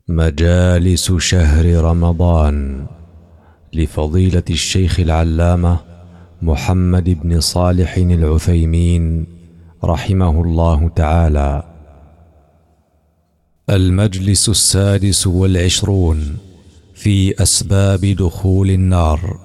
مجالس شهر رمضان لفضيلة الشيخ العلامة محمد بن صالح العثيمين رحمه الله تعالى. المجلس 26 في أسباب دخول النار.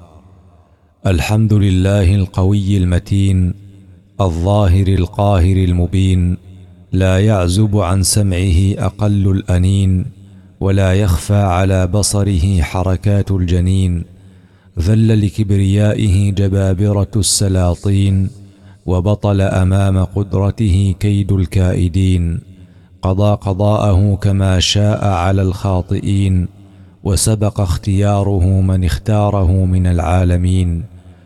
الحمد لله القوي المتين الظاهر القاهر المبين، لا يعزب عن سمعه أقل الأنين، ولا يخفى على بصره حركات الجنين. ذل لكبريائه جبابرة السلاطين، وبطل أمام قدرته كيد الكائدين. قضى قضاءه كما شاء على الخاطئين، وسبق اختياره من اختاره من العالمين.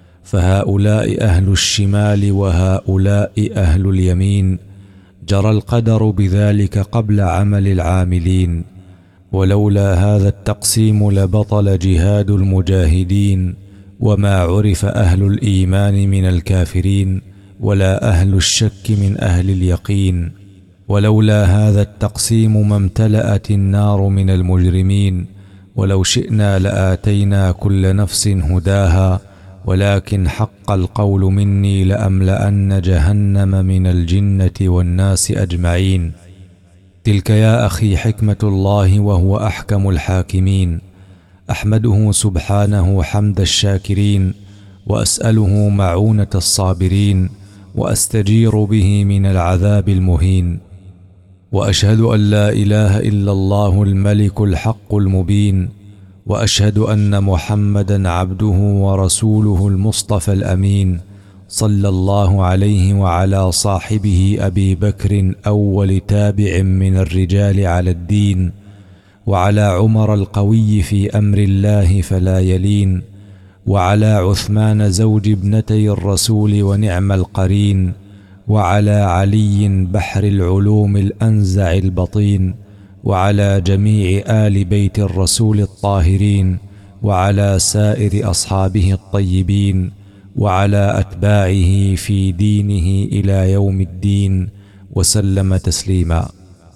فهؤلاء أهل الشمال وهؤلاء أهل اليمين، جرى القدر بذلك قبل عمل العاملين. ولولا هذا التقسيم لبطل جهاد المجاهدين، وما عرف أهل الإيمان من الكافرين، ولا أهل الشك من أهل اليقين. ولولا هذا التقسيم ما امتلأت النار من المجرمين، ولو شئنا لآتينا كل نفس هداها، ولكن حق القول مني لأملأن جهنم من الجنة والناس أجمعين. تلك يا أخي حكمة الله، وهو أحكم الحاكمين. أحمده سبحانه حمد الشاكرين، وأسأله معونة الصابرين، وأستجير به من العذاب المهين. وأشهد أن لا إله إلا الله الملك الحق المبين، وأشهد أن محمدا عبده ورسوله المصطفى الأمين، صلى الله عليه وعلى صاحبه أبي بكر أول تابع من الرجال على الدين، وعلى عمر القوي في أمر الله فلا يلين، وعلى عثمان زوج ابنتي الرسول ونعم القرين، وعلى علي بحر العلوم الأنزع البطين، وعلى جميع آل بيت الرسول الطاهرين، وعلى سائر أصحابه الطيبين، وعلى أتباعه في دينه إلى يوم الدين، وسلم تسليما.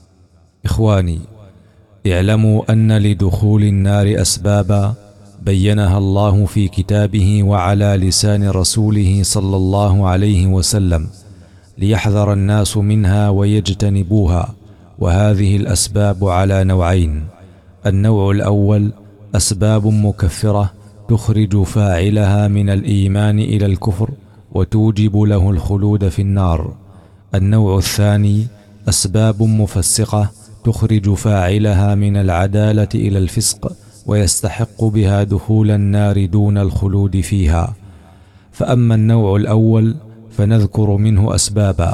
إخواني، اعلموا أن لدخول النار أسبابا بينها الله في كتابه وعلى لسان رسوله صلى الله عليه وسلم، ليحذر الناس منها ويجتنبوها. وهذه الأسباب على نوعين: النوع الأول أسباب مكفرة تخرج فاعلها من الإيمان إلى الكفر وتوجب له الخلود في النار. النوع الثاني أسباب مفسقة تخرج فاعلها من العدالة إلى الفسق ويستحق بها دخول النار دون الخلود فيها. فأما النوع الأول فنذكر منه أسبابا.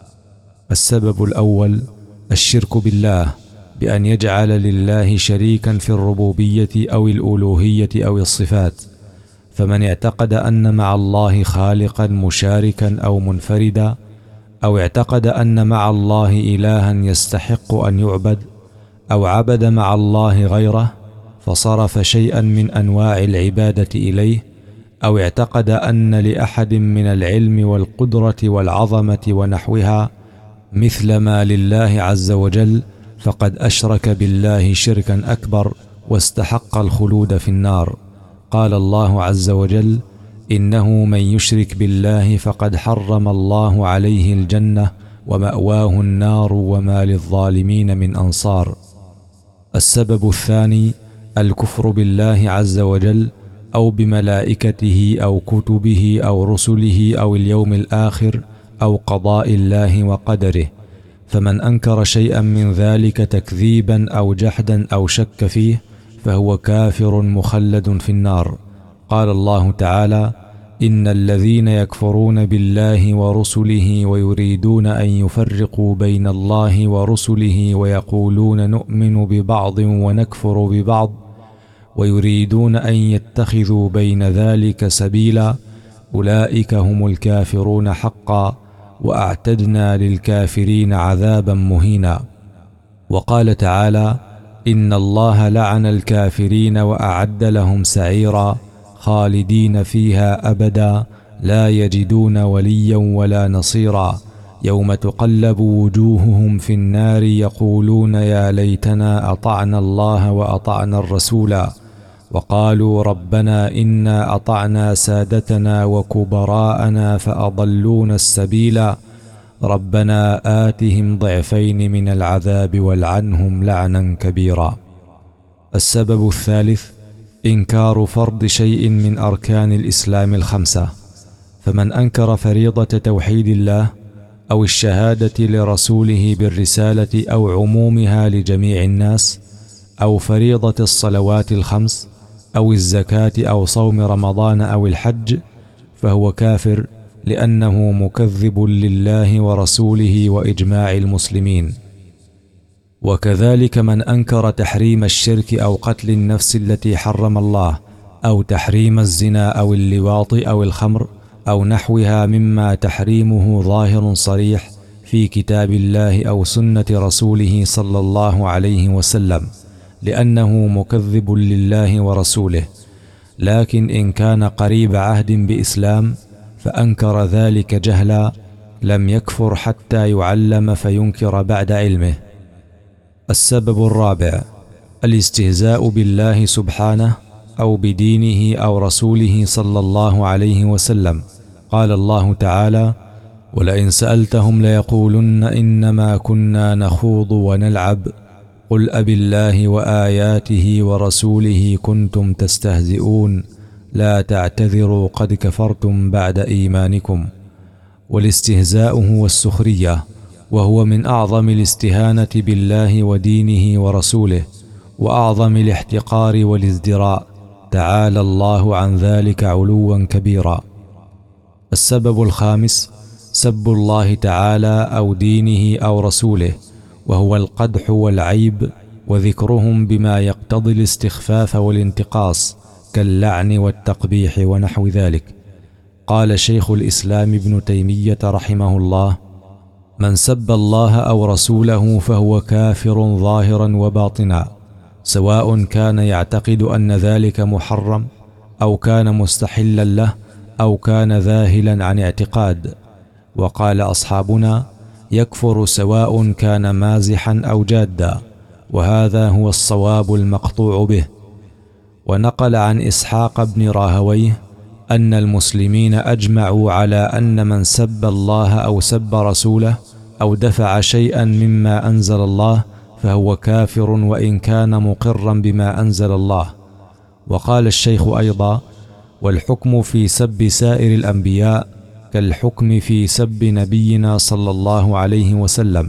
السبب الأول الشرك بالله، بأن يجعل لله شريكا في الربوبية أو الألوهية أو الصفات. فمن اعتقد أن مع الله خالقا مشاركا أو منفردا، أو اعتقد أن مع الله إلها يستحق أن يعبد، أو عبد مع الله غيره فصرف شيئا من أنواع العبادة إليه، أو اعتقد أن لأحد من العلم والقدرة والعظمة ونحوها مثل ما لله عز وجل، فقد أشرك بالله شركا أكبر واستحق الخلود في النار. قال الله عز وجل: إنه من يشرك بالله فقد حرم الله عليه الجنة ومأواه النار وما للظالمين من أنصار. السبب الثاني الكفر بالله عز وجل، أو بملائكته أو كتبه أو رسله أو اليوم الآخر أو قضاء الله وقدره. فمن أنكر شيئا من ذلك تكذيبا أو جحدا أو شك فيه فهو كافر مخلد في النار. قال الله تعالى: إن الذين يكفرون بالله ورسله ويريدون أن يفرقوا بين الله ورسله ويقولون نؤمن ببعض ونكفر ببعض ويريدون أن يتخذوا بين ذلك سبيلا، أولئك هم الكافرون حقا، وأعتدنا للكافرين عذابا مهينا. وقال تعالى: إن الله لعن الكافرين وأعد لهم سعيرا خالدين فيها أبدا لا يجدون وليا ولا نصيرا. يوم تقلب وجوههم في النار يقولون يا ليتنا أطعنا الله وأطعنا الرسولا وقالوا ربنا إنا أطعنا سادتنا وكبراءنا فأضلونا السبيلا ربنا آتهم ضعفين من العذاب والعنهم لعنا كبيرا. السبب الثالث إنكار فرض شيء من أركان الإسلام الخمسة، فمن أنكر فريضة توحيد الله أو الشهادة لرسوله بالرسالة أو عمومها لجميع الناس أو فريضة الصلوات الخمس أو الزكاة أو صوم رمضان أو الحج فهو كافر، لأنه مكذب لله ورسوله وإجماع المسلمين. وكذلك من أنكر تحريم الشرك أو قتل النفس التي حرم الله أو تحريم الزنا أو اللواط أو الخمر أو نحوها مما تحريمه ظاهر صريح في كتاب الله أو سنة رسوله صلى الله عليه وسلم، لأنه مكذب لله ورسوله. لكن إن كان قريب عهد بإسلام فأنكر ذلك جهلا لم يكفر حتى يعلم فينكر بعد علمه. السبب الرابع الاستهزاء بالله سبحانه أو بدينه أو رسوله صلى الله عليه وسلم. قال الله تعالى: ولئن سألتهم ليقولن إنما كنا نخوض ونلعب قل أبالله وآياته ورسوله كنتم تستهزئون لا تعتذروا قد كفرتم بعد إيمانكم. والاستهزاء هو السخرية، وهو من أعظم الاستهانة بالله ودينه ورسوله وأعظم الاحتقار والازدراء، تعالى الله عن ذلك علوا كبيرا. السبب الخامس سب الله تعالى أو دينه أو رسوله، وهو القدح والعيب وذكرهم بما يقتضي الاستخفاف والانتقاص كاللعن والتقبيح ونحو ذلك. قال شيخ الإسلام ابن تيمية رحمه الله: من سب الله أو رسوله فهو كافر ظاهرا وباطنا، سواء كان يعتقد أن ذلك محرم أو كان مستحلا له أو كان ذاهلا عن اعتقاد. وقال أصحابنا: يكفر سواء كان مازحا أو جادا، وهذا هو الصواب المقطوع به. ونقل عن إسحاق بن راهويه أن المسلمين أجمعوا على أن من سب الله أو سب رسوله أو دفع شيئا مما أنزل الله فهو كافر وإن كان مقرا بما أنزل الله. وقال الشيخ أيضا: والحكم في سب سائر الأنبياء كالحكم في سب نبينا صلى الله عليه وسلم،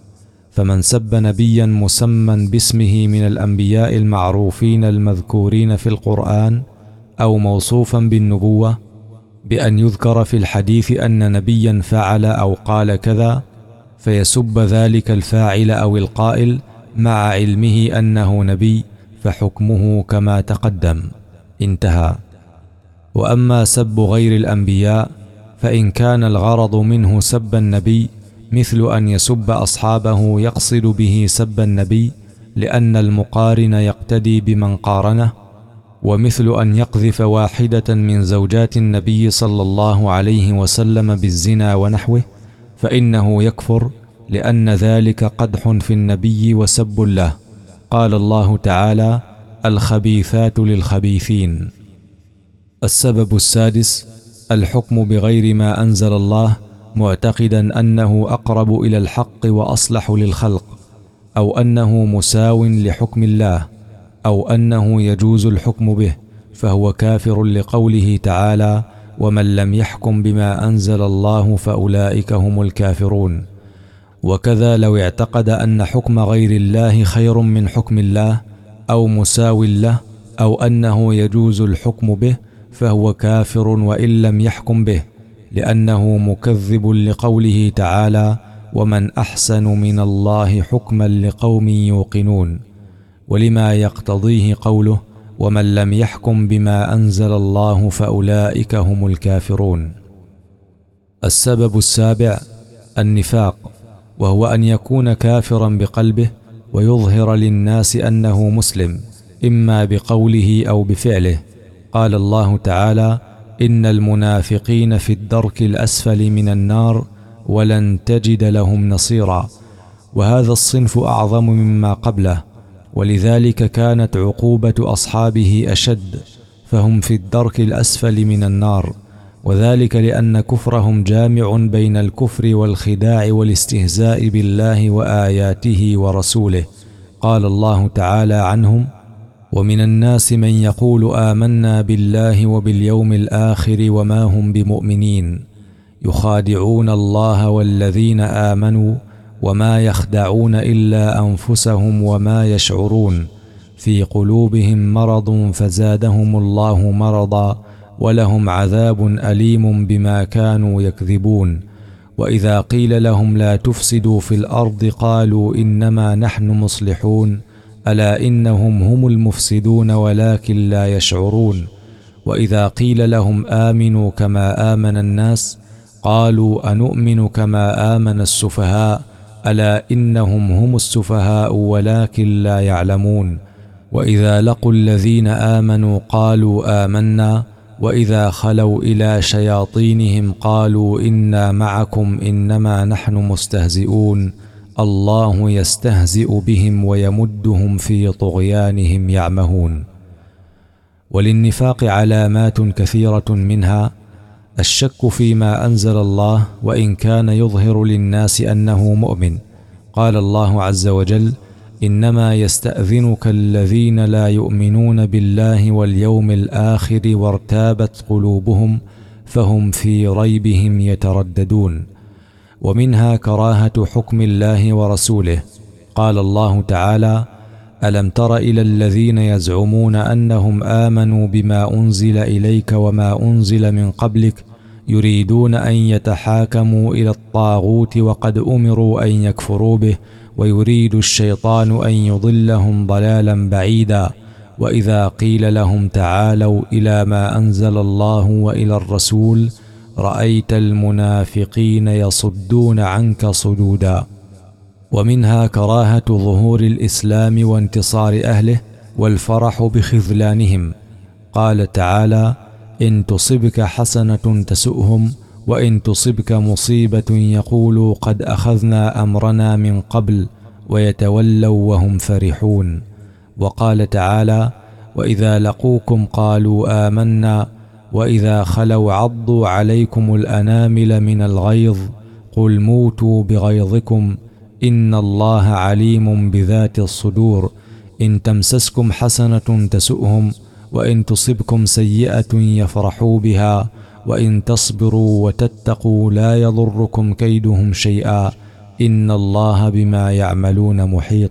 فمن سب نبيا مسمى باسمه من الأنبياء المعروفين المذكورين في القرآن أو موصوفا بالنبوة بأن يذكر في الحديث أن نبيا فعل أو قال كذا، فيسب ذلك الفاعل أو القائل مع علمه أنه نبي، فحكمه كما تقدم. انتهى. وأما سب غير الأنبياء فإن كان الغرض منه سب النبي، مثل أن يسب أصحابه يقصد به سب النبي لأن المقارن يقتدي بمن قارنه، ومثل أن يقذف واحدة من زوجات النبي صلى الله عليه وسلم بالزنا ونحوه، فإنه يكفر، لأن ذلك قدح في النبي وسب له. قال الله تعالى: الخبيثات للخبيثين. السبب السادس الحكم بغير ما أنزل الله معتقدا أنه أقرب إلى الحق وأصلح للخلق، أو أنه مساو لحكم الله، أو أنه يجوز الحكم به، فهو كافر لقوله تعالى: ومن لم يحكم بما أنزل الله فأولئك هم الكافرون. وكذا لو اعتقد أن حكم غير الله خير من حكم الله أو مساو له، أو أنه يجوز الحكم به، فهو كافر وإن لم يحكم به، لأنه مكذب لقوله تعالى: ومن أحسن من الله حكما لقوم يوقنون، ولما يقتضيه قوله: ومن لم يحكم بما أنزل الله فأولئك هم الكافرون. السبب السابع النفاق، وهو أن يكون كافرا بقلبه ويظهر للناس أنه مسلم، إما بقوله أو بفعله. قال الله تعالى: إن المنافقين في الدرك الأسفل من النار ولن تجد لهم نصيرا. وهذا الصنف أعظم مما قبله، ولذلك كانت عقوبة أصحابه أشد، فهم في الدرك الأسفل من النار، وذلك لأن كفرهم جامع بين الكفر والخداع والاستهزاء بالله وآياته ورسوله. قال الله تعالى عنهم: ومن الناس من يقول آمنا بالله وباليوم الآخر وما هم بمؤمنين يخادعون الله والذين آمنوا وما يخدعون إلا أنفسهم وما يشعرون في قلوبهم مرض فزادهم الله مرضا ولهم عذاب أليم بما كانوا يكذبون. وإذا قيل لهم لا تفسدوا في الأرض قالوا إنما نحن مصلحون ألا إنهم هم المفسدون ولكن لا يشعرون. وإذا قيل لهم آمنوا كما آمن الناس قالوا أنؤمن كما آمن السفهاء ألا إنهم هم السفهاء ولكن لا يعلمون. وإذا لقوا الذين آمنوا قالوا آمنا وإذا خلوا إلى شياطينهم قالوا إنا معكم إنما نحن مستهزئون الله يستهزئ بهم ويمدهم في طغيانهم يعمهون. وللنفاق علامات كثيرة، منها الشك فيما أنزل الله وإن كان يظهر للناس أنه مؤمن. قال الله عز وجل: إنما يستأذنك الذين لا يؤمنون بالله واليوم الآخر وارتابت قلوبهم فهم في ريبهم يترددون. ومنها كراهة حكم الله ورسوله. قال الله تعالى: ألم تر إلى الذين يزعمون أنهم آمنوا بما أنزل إليك وما أنزل من قبلك يريدون أن يتحاكموا إلى الطاغوت وقد أمروا أن يكفروا به ويريد الشيطان أن يضلهم ضلالا بعيدا. وإذا قيل لهم تعالوا إلى ما أنزل الله وإلى الرسول رأيت المنافقين يصدون عنك صدودا. ومنها كراهة ظهور الإسلام وانتصار أهله والفرح بخذلانهم. قال تعالى: إن تصبك حسنة تسؤهم وإن تصبك مصيبة يقولوا قد أخذنا أمرنا من قبل ويتولوا وهم فرحون. وقال تعالى: وإذا لقوكم قالوا آمنا وإذا خلوا عضوا عليكم الأنامل من الغيظ قل موتوا بغيظكم إن الله عليم بذات الصدور إن تمسسكم حسنة تسؤهم وإن تصبكم سيئة يفرحوا بها وإن تصبروا وتتقوا لا يضركم كيدهم شيئا إن الله بما يعملون محيط.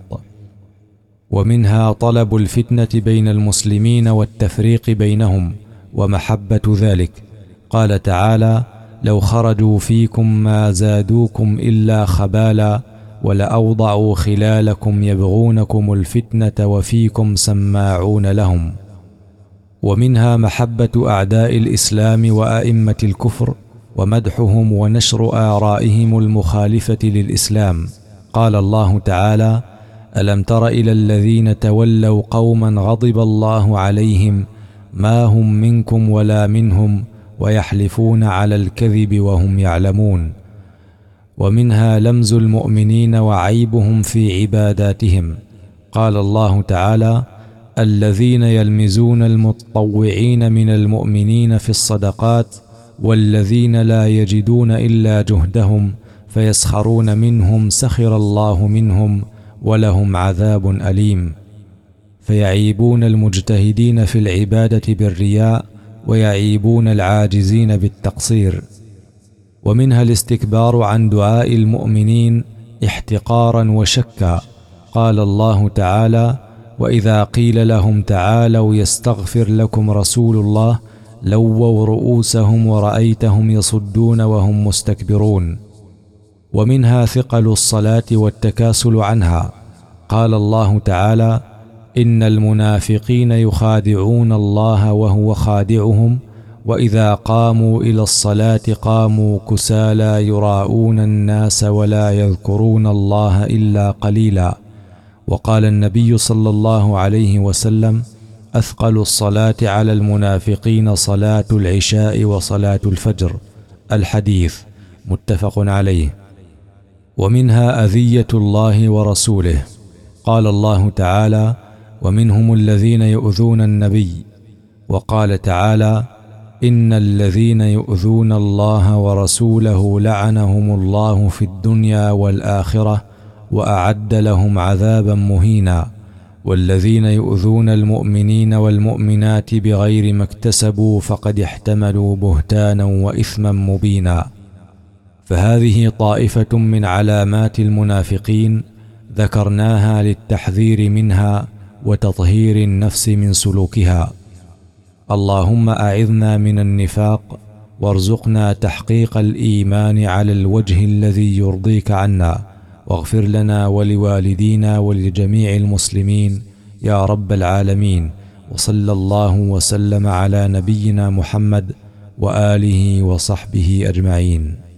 ومنها طلب الفتنة بين المسلمين والتفريق بينهم ومحبة ذلك. قال تعالى: لو خرجوا فيكم ما زادوكم إلا خبالا ولأوضعوا خلالكم يبغونكم الفتنة وفيكم سماعون لهم. ومنها محبة أعداء الإسلام وأئمة الكفر ومدحهم ونشر آرائهم المخالفة للإسلام. قال الله تعالى: ألم تر إلى الذين تولوا قوما غضب الله عليهم ما هم منكم ولا منهم ويحلفون على الكذب وهم يعلمون. ومنها لمز المؤمنين وعيبهم في عباداتهم. قال الله تعالى: الذين يلمزون المتطوعين من المؤمنين في الصدقات والذين لا يجدون إلا جهدهم فيسخرون منهم سخر الله منهم ولهم عذاب أليم. فيعيبون المجتهدين في العبادة بالرياء ويعيبون العاجزين بالتقصير. ومنها الاستكبار عن دعاء المؤمنين احتقارا وشكا. قال الله تعالى: وإذا قيل لهم تعالوا يستغفر لكم رسول الله لووا رؤوسهم ورأيتهم يصدون وهم مستكبرون. ومنها ثقل الصلاة والتكاسل عنها. قال الله تعالى: إن المنافقين يخادعون الله وهو خادعهم وإذا قاموا إلى الصلاة قاموا كسالى يراءون الناس ولا يذكرون الله إلا قليلا. وقال النبي صلى الله عليه وسلم: أثقل الصلاة على المنافقين صلاة العشاء وصلاة الفجر. الحديث. متفق عليه. ومنها أذية الله ورسوله، قال الله تعالى: ومنهم الذين يؤذون النبي. وقال تعالى: إن الذين يؤذون الله ورسوله لعنهم الله في الدنيا والآخرة وأعد لهم عذابا مهينا. والذين يؤذون المؤمنين والمؤمنات بغير ما اكتسبوا فقد احتملوا بهتانا وإثما مبينا. فهذه طائفة من علامات المنافقين ذكرناها للتحذير منها وتطهير النفس من سلوكها. اللهم أعذنا من النفاق، وارزقنا تحقيق الإيمان على الوجه الذي يرضيك عنا، واغفر لنا ولوالدينا ولجميع المسلمين يا رب العالمين. وصلى الله وسلم على نبينا محمد وآله وصحبه أجمعين.